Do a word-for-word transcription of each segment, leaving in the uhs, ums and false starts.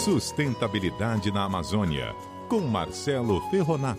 Sustentabilidade na Amazônia, com Marcelo Ferronato.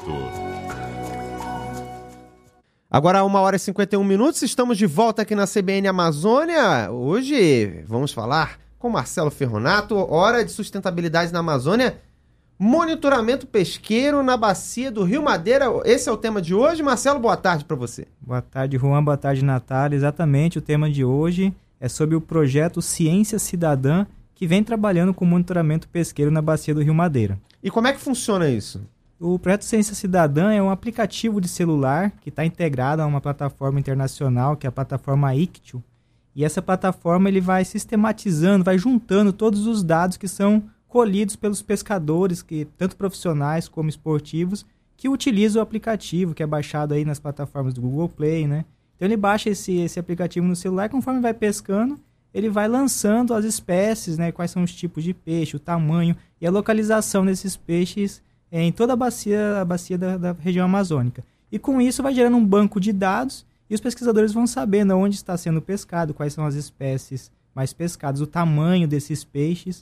Agora, uma hora e cinquenta e um minutos, estamos de volta aqui na C B N Amazônia. Hoje vamos falar com Marcelo Ferronato, hora de sustentabilidade na Amazônia, monitoramento pesqueiro na bacia do Rio Madeira. Esse é o tema de hoje. Marcelo, boa tarde para você. Boa tarde, Juan. Boa tarde, Natália. Exatamente, o tema de hoje é sobre o projeto Ciência Cidadã, que vem trabalhando com monitoramento pesqueiro na bacia do Rio Madeira. E como é que funciona isso? O projeto Ciência Cidadã é um aplicativo de celular que está integrado a uma plataforma internacional, que é a plataforma Ictio. E essa plataforma ele vai sistematizando, vai juntando todos os dados que são colhidos pelos pescadores, que, tanto profissionais como esportivos, que utilizam o aplicativo, que é baixado aí nas plataformas do Google Play, né? Então ele baixa esse, esse aplicativo no celular, conforme vai pescando, ele vai lançando as espécies, né? Quais são os tipos de peixe, o tamanho e a localização desses peixes é, em toda a bacia, a bacia da, da região amazônica. E com isso vai gerando um banco de dados e os pesquisadores vão sabendo onde está sendo pescado, quais são as espécies mais pescadas, o tamanho desses peixes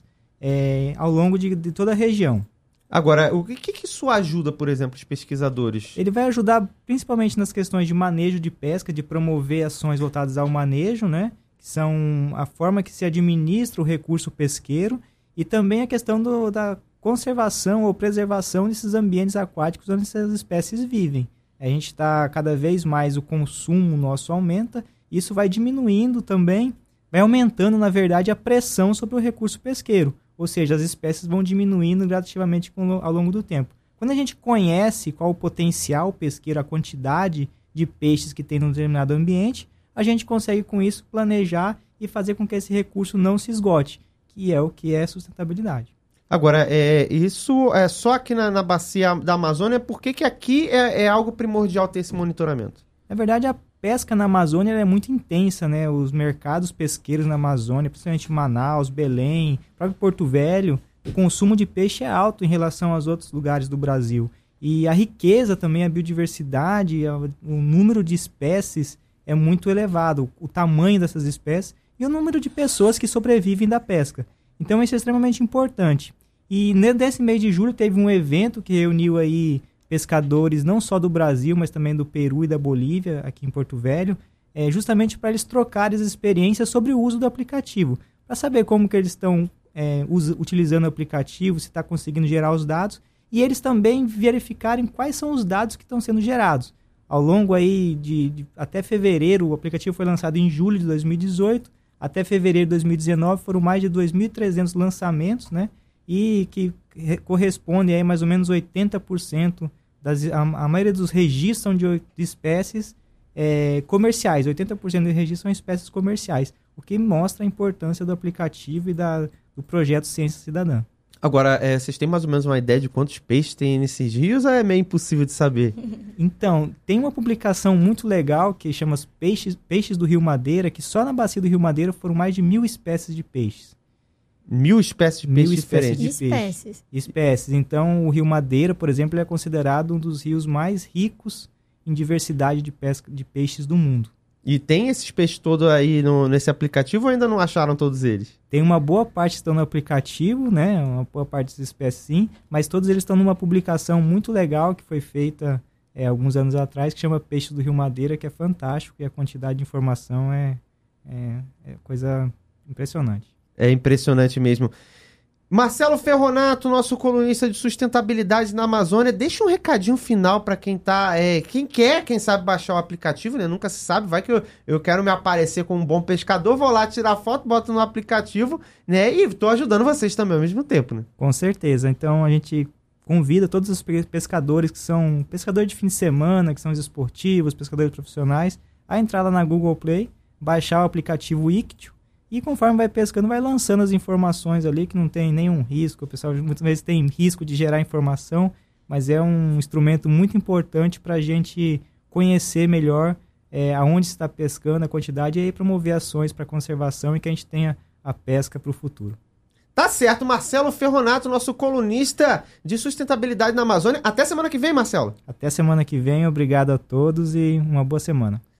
é, ao longo de, de toda a região. Agora, o que, que isso ajuda, por exemplo, os pesquisadores? Ele vai ajudar principalmente nas questões de manejo de pesca, de promover ações voltadas ao manejo, né? Que são a forma que se administra o recurso pesqueiro e também a questão do, da conservação ou preservação desses ambientes aquáticos onde essas espécies vivem. A gente está, cada vez mais o consumo nosso aumenta, isso vai diminuindo também, vai aumentando, na verdade, a pressão sobre o recurso pesqueiro. Ou seja, as espécies vão diminuindo gradativamente ao longo do tempo. Quando a gente conhece qual o potencial pesqueiro, a quantidade de peixes que tem num determinado ambiente, a gente consegue com isso planejar e fazer com que esse recurso não se esgote, que é o que é sustentabilidade. Agora, é, isso é só aqui na, na bacia da Amazônia, por que que aqui é, é algo primordial ter esse monitoramento? Na verdade, a pesca na Amazônia é muito intensa, né? Os mercados pesqueiros na Amazônia, principalmente Manaus, Belém, próprio Porto Velho, o consumo de peixe é alto em relação aos outros lugares do Brasil. E a riqueza também, a biodiversidade, o número de espécies é muito elevado, o tamanho dessas espécies e o número de pessoas que sobrevivem da pesca. Então isso é extremamente importante. E nesse mês de julho teve um evento que reuniu aí pescadores não só do Brasil, mas também do Peru e da Bolívia, aqui em Porto Velho, é, justamente para eles trocarem as experiências sobre o uso do aplicativo, para saber como que eles estão é, usa, utilizando o aplicativo, se está conseguindo gerar os dados, e eles também verificarem quais são os dados que estão sendo gerados. Ao longo aí de, de até fevereiro, o aplicativo foi lançado em julho de dois mil e dezoito, até fevereiro de dois mil e dezenove foram mais de dois mil e trezentos lançamentos, né? E que re- corresponde a mais ou menos oitenta por cento, das, a, a maioria dos registros são de, de espécies é, comerciais, oitenta por cento dos registros são espécies comerciais, o que mostra a importância do aplicativo e da, do projeto Ciência Cidadã. Agora, é, vocês têm mais ou menos uma ideia de quantos peixes tem nesses rios ou é meio impossível de saber? Então, tem uma publicação muito legal que chama Peixes, Peixes do Rio Madeira, que só na bacia do Rio Madeira foram mais de mil espécies de peixes. Mil espécies de peixes mil espécies diferentes? de peixes. Espécies. Espécies. Então, o Rio Madeira, por exemplo, é considerado um dos rios mais ricos em diversidade de, pesca, de peixes do mundo. E tem esses peixes todos aí no, nesse aplicativo ou ainda não acharam todos eles? Tem uma boa parte que estão no aplicativo, né? Uma boa parte das espécies sim, mas todos eles estão numa publicação muito legal que foi feita é, alguns anos atrás, que chama Peixes do Rio Madeira, que é fantástico e a quantidade de informação é, é, é coisa impressionante. É impressionante mesmo. Marcelo Ferronato, nosso colunista de sustentabilidade na Amazônia, deixa um recadinho final para quem tá, é, quem quer, quem sabe baixar o aplicativo, né? Nunca se sabe, vai que eu, eu quero me aparecer como um bom pescador, vou lá tirar foto, boto no aplicativo, né? E tô ajudando vocês também ao mesmo tempo, né? Com certeza. Então a gente convida todos os pescadores que são pescadores de fim de semana, que são os esportivos, pescadores profissionais, a entrar lá na Google Play, baixar o aplicativo Ictio. E conforme vai pescando, vai lançando as informações ali, que não tem nenhum risco. O pessoal muitas vezes tem risco de gerar informação, mas é um instrumento muito importante para a gente conhecer melhor é, aonde está pescando, a quantidade, e aí promover ações para conservação e que a gente tenha a pesca para o futuro. Tá certo, Marcelo Ferronato, nosso colunista de sustentabilidade na Amazônia. Até semana que vem, Marcelo. Até semana que vem, obrigado a todos e uma boa semana.